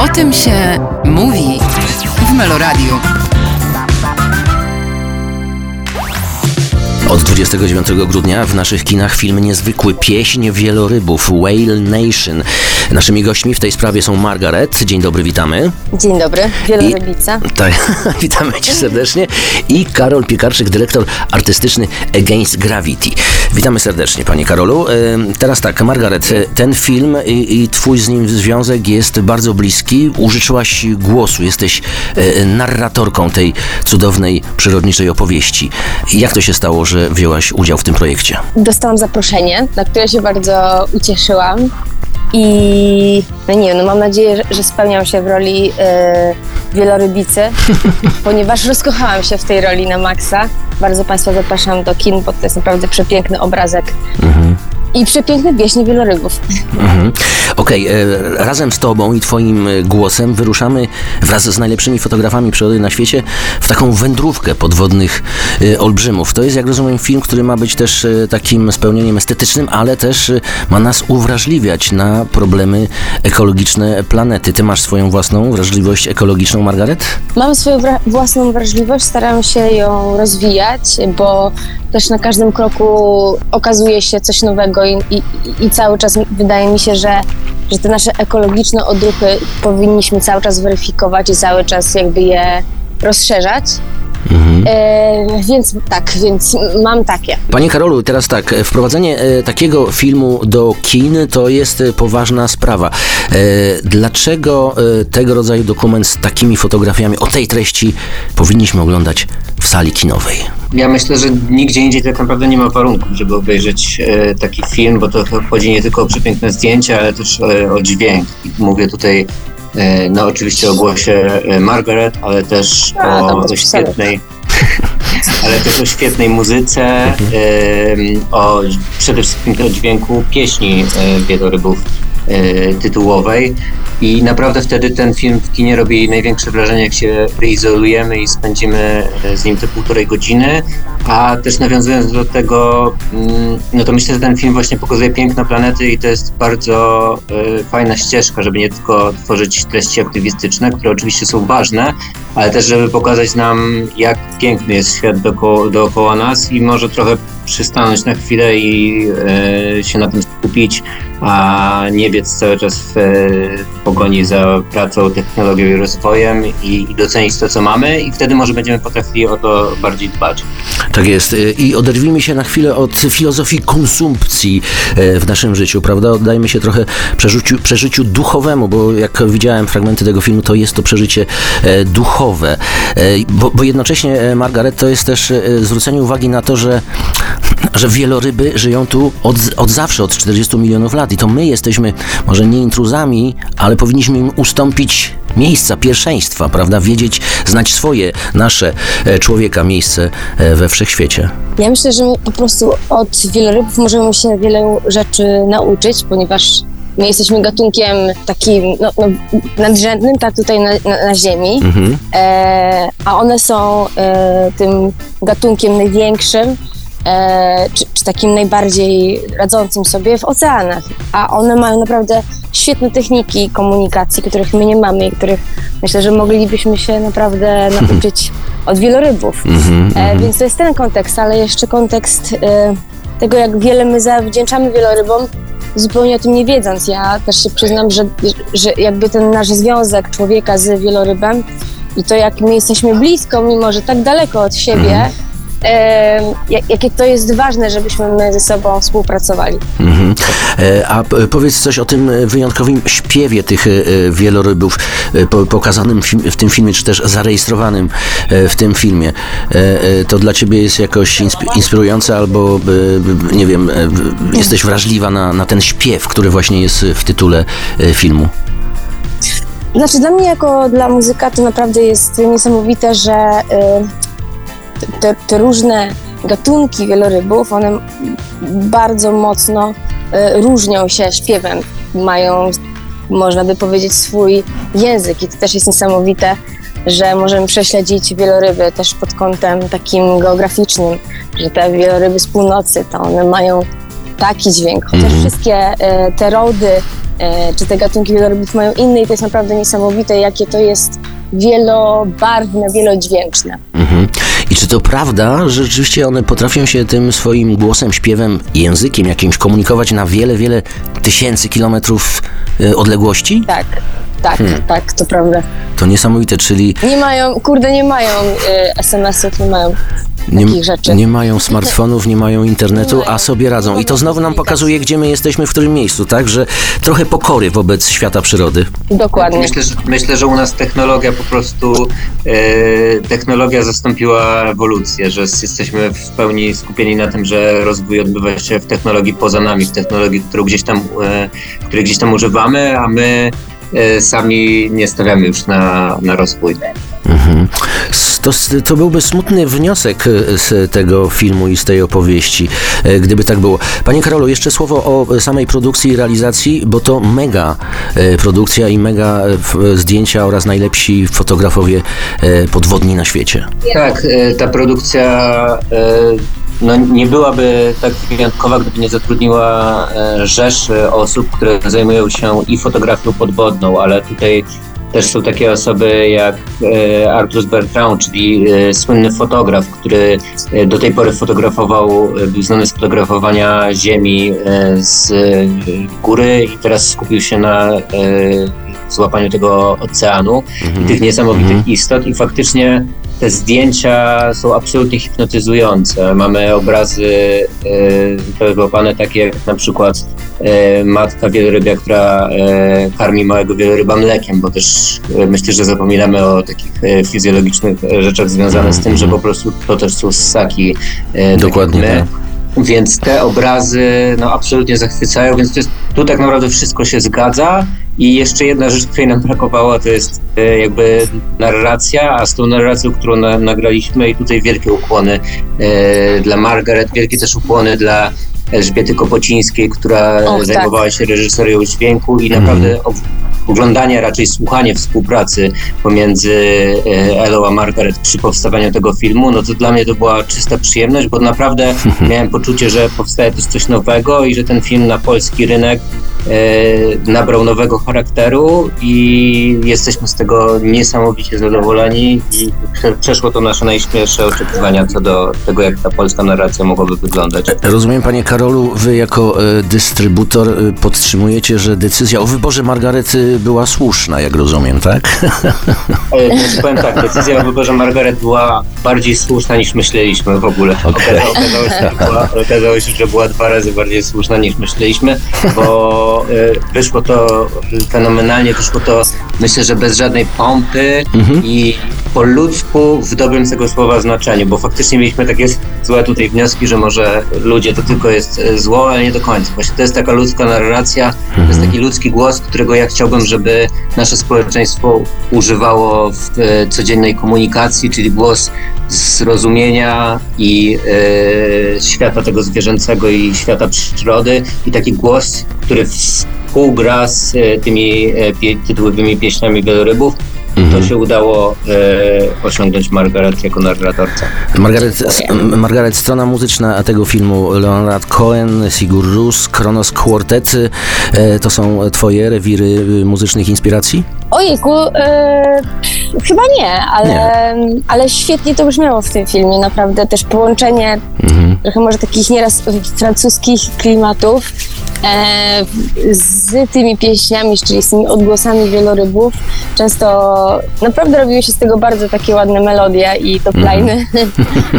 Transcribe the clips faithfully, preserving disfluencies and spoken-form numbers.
O tym się mówi w Meloradiu. Od dwudziestego dziewiątego grudnia w naszych kinach film niezwykły, Pieśń wielorybów, Whale Nation. Naszymi gośćmi w tej sprawie są Margaret. Dzień dobry, witamy. Dzień dobry, wielorybica. I, tak, witamy Cię serdecznie. I Karol Piekarczyk, dyrektor artystyczny Against Gravity. Witamy serdecznie, Panie Karolu. Teraz tak, Margaret, ten film i, i Twój z nim związek jest bardzo bliski. Użyczyłaś głosu, jesteś narratorką tej cudownej, przyrodniczej opowieści. Jak to się stało, że wzięłaś udział w tym projekcie? Dostałam zaproszenie, na które się bardzo ucieszyłam i no nie wiem, no mam nadzieję, że, że spełniam się w roli yy, wielorybicy, ponieważ rozkochałam się w tej roli na maksa. Bardzo Państwa zapraszam do kin, bo to jest naprawdę przepiękny obrazek. Mhm. I przepiękne pieśni wielorybów. Mhm. Okej, okay, razem z Tobą i Twoim głosem wyruszamy wraz z najlepszymi fotografami przyrody na świecie w taką wędrówkę podwodnych y, olbrzymów. To jest, jak rozumiem, film, który ma być też y, takim spełnieniem estetycznym, ale też y, ma nas uwrażliwiać na problemy ekologiczne planety. Ty masz swoją własną wrażliwość ekologiczną, Margaret? Mam swoją wra- własną wrażliwość, staram się ją rozwijać, bo też na każdym kroku okazuje się coś nowego i, i, i cały czas wydaje mi się, że, że te nasze ekologiczne odruchy powinniśmy cały czas weryfikować i cały czas jakby je rozszerzać. Mhm. E, więc tak, więc mam takie. Panie Karolu, teraz tak, wprowadzenie e, takiego filmu do kin to jest e, poważna sprawa. E, dlaczego e, tego rodzaju dokument z takimi fotografiami o tej treści powinniśmy oglądać w sali kinowej? Ja myślę, że nigdzie indziej tak naprawdę nie ma warunków, żeby obejrzeć e, taki film, bo to chodzi nie tylko o przepiękne zdjęcia, ale też e, o dźwięk. I mówię tutaj no oczywiście o głosie Margaret, ale też A, o świetnej ale też o świetnej muzyce, o przede wszystkim o dźwięku pieśni wielorybów tytułowej i naprawdę wtedy ten film w kinie robi największe wrażenie, jak się wyizolujemy i spędzimy z nim te półtorej godziny, a też nawiązując do tego, no to myślę, że ten film właśnie pokazuje piękno planety i to jest bardzo y, fajna ścieżka, żeby nie tylko tworzyć treści aktywistyczne, które oczywiście są ważne, ale też żeby pokazać nam, jak piękny jest świat dookoła, dookoła nas i może trochę przystanąć na chwilę i y, się na tym skupić, a nie biec cały czas w, w pogoni za pracą, technologią i rozwojem i, i docenić to, co mamy i wtedy może będziemy potrafili o to bardziej dbać. Tak jest. I oderwijmy się na chwilę od filozofii konsumpcji w naszym życiu, prawda? Oddajmy się trochę przeżyciu, przeżyciu duchowemu, bo jak widziałem fragmenty tego filmu, to jest to przeżycie duchowe. Bo, bo jednocześnie, Margaret, to jest też zwrócenie uwagi na to, że że wieloryby żyją tu od, od zawsze, od czterdziestu milionów lat i to my jesteśmy może nie intruzami, ale powinniśmy im ustąpić miejsca, pierwszeństwa, prawda? Wiedzieć, znać swoje, nasze, człowieka, miejsce we wszechświecie. Ja myślę, że my po prostu od wielorybów możemy się wiele rzeczy nauczyć, ponieważ my jesteśmy gatunkiem takim no, no, nadrzędnym, tak tutaj na, na, na Ziemi, mhm. e, a one są e, tym gatunkiem największym, E, czy, czy takim najbardziej radzącym sobie w oceanach, a one mają naprawdę świetne techniki komunikacji, których my nie mamy i których myślę, że moglibyśmy się naprawdę nauczyć od wielorybów. E, więc to jest ten kontekst, ale jeszcze kontekst e, tego, jak wiele my zawdzięczamy wielorybom, zupełnie o tym nie wiedząc. Ja też się przyznam, że, że jakby ten nasz związek człowieka z wielorybem i to, jak my jesteśmy blisko, mimo że tak daleko od siebie, E, jakie to jest ważne, żebyśmy my ze sobą współpracowali. Mhm. E, a powiedz coś o tym wyjątkowym śpiewie tych e, wielorybów e, po, pokazanym w, w tym filmie, czy też zarejestrowanym e, w tym filmie. E, to dla Ciebie jest jakoś insp- inspirujące albo, e, nie wiem, e, jesteś wrażliwa na, na ten śpiew, który właśnie jest w tytule e, filmu? Znaczy dla mnie jako dla muzyka to naprawdę jest niesamowite, że e, Te, te różne gatunki wielorybów, one bardzo mocno y, różnią się śpiewem. Mają, można by powiedzieć, swój język i to też jest niesamowite, że możemy prześledzić wieloryby też pod kątem takim geograficznym, że te wieloryby z północy, to one mają taki dźwięk, chociaż mm-hmm. wszystkie y, te rody e, czy te gatunki wielorybów mają inne i to jest naprawdę niesamowite, jakie to jest wielobarwne, wielodźwięczne. Mhm. I czy to prawda, że rzeczywiście one potrafią się tym swoim głosem, śpiewem, językiem jakimś komunikować na wiele, wiele tysięcy kilometrów y, odległości? Tak, tak, hmm. tak, to prawda. To niesamowite, czyli... Nie mają, kurde, nie mają y, es em esów, nie mają nie, takich rzeczy. Nie mają smartfonów, nie mają internetu, nie mają. A sobie radzą. I to znowu nam pokazuje, gdzie my jesteśmy, w którym miejscu, tak? Że trochę pokory wobec świata przyrody. Dokładnie. Myślę, że, myślę, że u nas technologia po prostu, e, technologia zastąpiła ewolucję, że jesteśmy w pełni skupieni na tym, że rozwój odbywa się w technologii poza nami, w technologii, którą gdzieś tam, e, której gdzieś tam używamy, a my e, sami nie stawiamy już na, na rozwój. Mhm. To, to byłby smutny wniosek z tego filmu i z tej opowieści, gdyby tak było. Panie Karolu, jeszcze słowo o samej produkcji i realizacji, bo to mega produkcja i mega zdjęcia oraz najlepsi fotografowie podwodni na świecie. Tak, ta produkcja no, nie byłaby tak wyjątkowa, gdyby nie zatrudniła rzeszy osób, które zajmują się i fotografią podwodną, ale tutaj też są takie osoby jak e, Arthur Bertrand, czyli e, słynny fotograf, który e, do tej pory fotografował, e, był znany z fotografowania Ziemi e, z e, góry i teraz skupił się na e, złapaniu tego oceanu mm-hmm. i tych niesamowitych mm-hmm. istot i faktycznie te zdjęcia są absolutnie hipnotyzujące. Mamy obrazy e, złapane takie jak na przykład e, matka wielorybia, która e, karmi małego wieloryba mlekiem, bo też e, myślę, że zapominamy o takich e, fizjologicznych rzeczach związanych z tym, że po prostu to też są ssaki. E, Dokładnie. Tak więc te obrazy no, absolutnie zachwycają, więc to jest, tu tak naprawdę wszystko się zgadza. I jeszcze jedna rzecz, której nam brakowało, to jest e, jakby narracja, a z tą narracją, którą na, nagraliśmy i tutaj wielkie ukłony e, dla Margaret, wielkie też ukłony dla Elżbiety Kopocińskiej, która Och, zajmowała tak. się reżyserią dźwięku i naprawdę mm. oglądanie, raczej słuchanie współpracy pomiędzy Elą a Margaret przy powstawaniu tego filmu, no to dla mnie to była czysta przyjemność, bo naprawdę miałem poczucie, że powstaje też coś nowego i że ten film na polski rynek e, nabrał nowego charakteru i jesteśmy z tego niesamowicie zadowoleni i przeszło to nasze najśmielsze oczekiwania co do tego, jak ta polska narracja mogłaby wyglądać. Rozumiem, panie Karolu, wy jako e, dystrybutor e, podtrzymujecie, że decyzja o wyborze Margaret była słuszna, jak rozumiem, tak? Znaczy, powiem tak, decyzja o wyborze Margaret była bardziej słuszna niż myśleliśmy w ogóle. Okay. Okazało się, była, okazało się, że była dwa razy bardziej słuszna niż myśleliśmy, bo y, wyszło to fenomenalnie, wyszło to myślę, że bez żadnej pompy mhm. i po ludzku w dobrym tego słowa znaczeniu, bo faktycznie mieliśmy takie złe tutaj wnioski, że może ludzie to tylko jest zło, ale nie do końca. Właśnie to jest taka ludzka narracja, mhm. to jest taki ludzki głos, którego ja chciałbym, żeby nasze społeczeństwo używało w codziennej komunikacji, czyli głos zrozumienia i e, świata tego zwierzęcego i świata przyrody i taki głos, który współgra z e, tymi e, pie, tytułowymi pieśniami wielorybów. To się udało e, osiągnąć Margaret jako narratorca. Margaret, Margaret, strona muzyczna tego filmu, Leonard Cohen, Sigur Rós, Kronos Quartet, e, to są twoje rewiry muzycznych inspiracji? Ojejku, e, chyba nie, ale, nie. ale świetnie to brzmiało w tym filmie, naprawdę też połączenie mhm. trochę może takich nieraz francuskich klimatów e, z tymi pieśniami, czyli z tymi odgłosami wielorybów. Często naprawdę robiły się z tego bardzo takie ładne melodie i topliny, mm.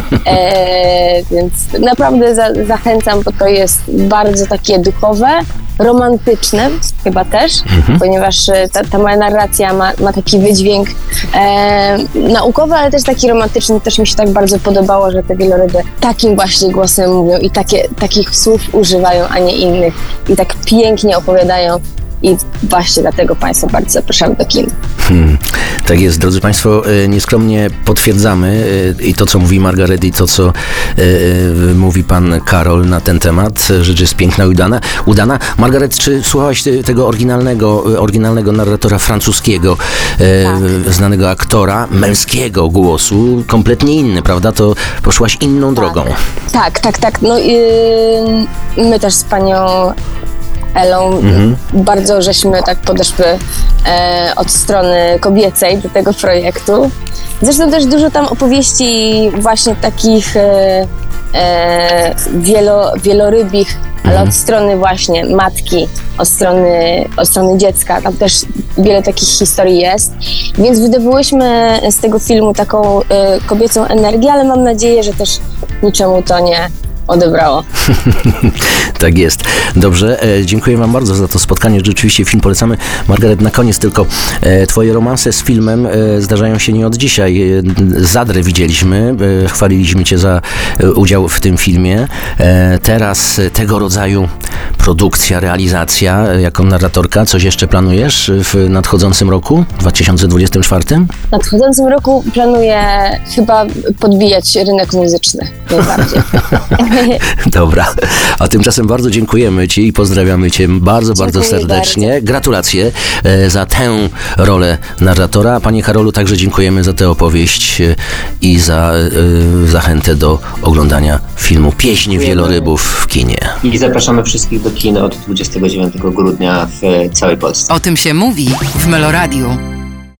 e, więc naprawdę za, zachęcam, bo to jest bardzo takie duchowe, romantyczne chyba też, mm-hmm. ponieważ ta, ta moja narracja ma, ma taki wydźwięk e, naukowy, ale też taki romantyczny. Też mi się tak bardzo podobało, że te wieloryby takim właśnie głosem mówią i takie, takich słów używają, a nie innych i tak pięknie opowiadają. I właśnie dlatego Państwa bardzo zapraszamy do kin. Hmm, tak jest, drodzy Państwo, nieskromnie potwierdzamy i to, co mówi Margaret, i to, co y, mówi Pan Karol na ten temat. Rzecz jest piękna i udana. udana. Margaret, czy słuchałaś tego oryginalnego, oryginalnego narratora francuskiego, y, tak. znanego aktora, męskiego głosu, kompletnie inny, prawda? To poszłaś inną tak. drogą. Tak, tak, tak. No, yy, my też z Panią Elą. Mhm. Bardzo żeśmy tak podeszły e, od strony kobiecej do tego projektu. Zresztą też dużo tam opowieści właśnie takich e, e, wielo, wielorybich, ale Mhm. od strony właśnie matki, od strony, od strony dziecka. Tam też wiele takich historii jest. Więc wydobyłyśmy z tego filmu taką e, kobiecą energię, ale mam nadzieję, że też niczemu to nie odebrało. Tak jest. Dobrze, e, dziękuję wam bardzo za to spotkanie. Rzeczywiście film polecamy. Margaret, na koniec tylko e, twoje romanse z filmem e, zdarzają się nie od dzisiaj. E, Zadrę widzieliśmy, e, chwaliliśmy cię za e, udział w tym filmie. E, teraz e, tego rodzaju produkcja, realizacja e, jako narratorka. Coś jeszcze planujesz w nadchodzącym roku, dwa tysiące dwudziestym czwartym? W nadchodzącym roku planuję chyba podbijać rynek muzyczny najbardziej. Dobra, a tymczasem bardzo dziękujemy ci i pozdrawiamy cię bardzo, bardzo Dziękuję serdecznie. bardzo. Gratulacje e, za tę rolę narratora. Panie Karolu, także dziękujemy za tę opowieść e, i za e, zachętę do oglądania filmu Pieśń wielorybów w kinie. I zapraszamy wszystkich do kin od dwudziestego dziewiątego grudnia w całej Polsce. O tym się mówi w Meloradiu.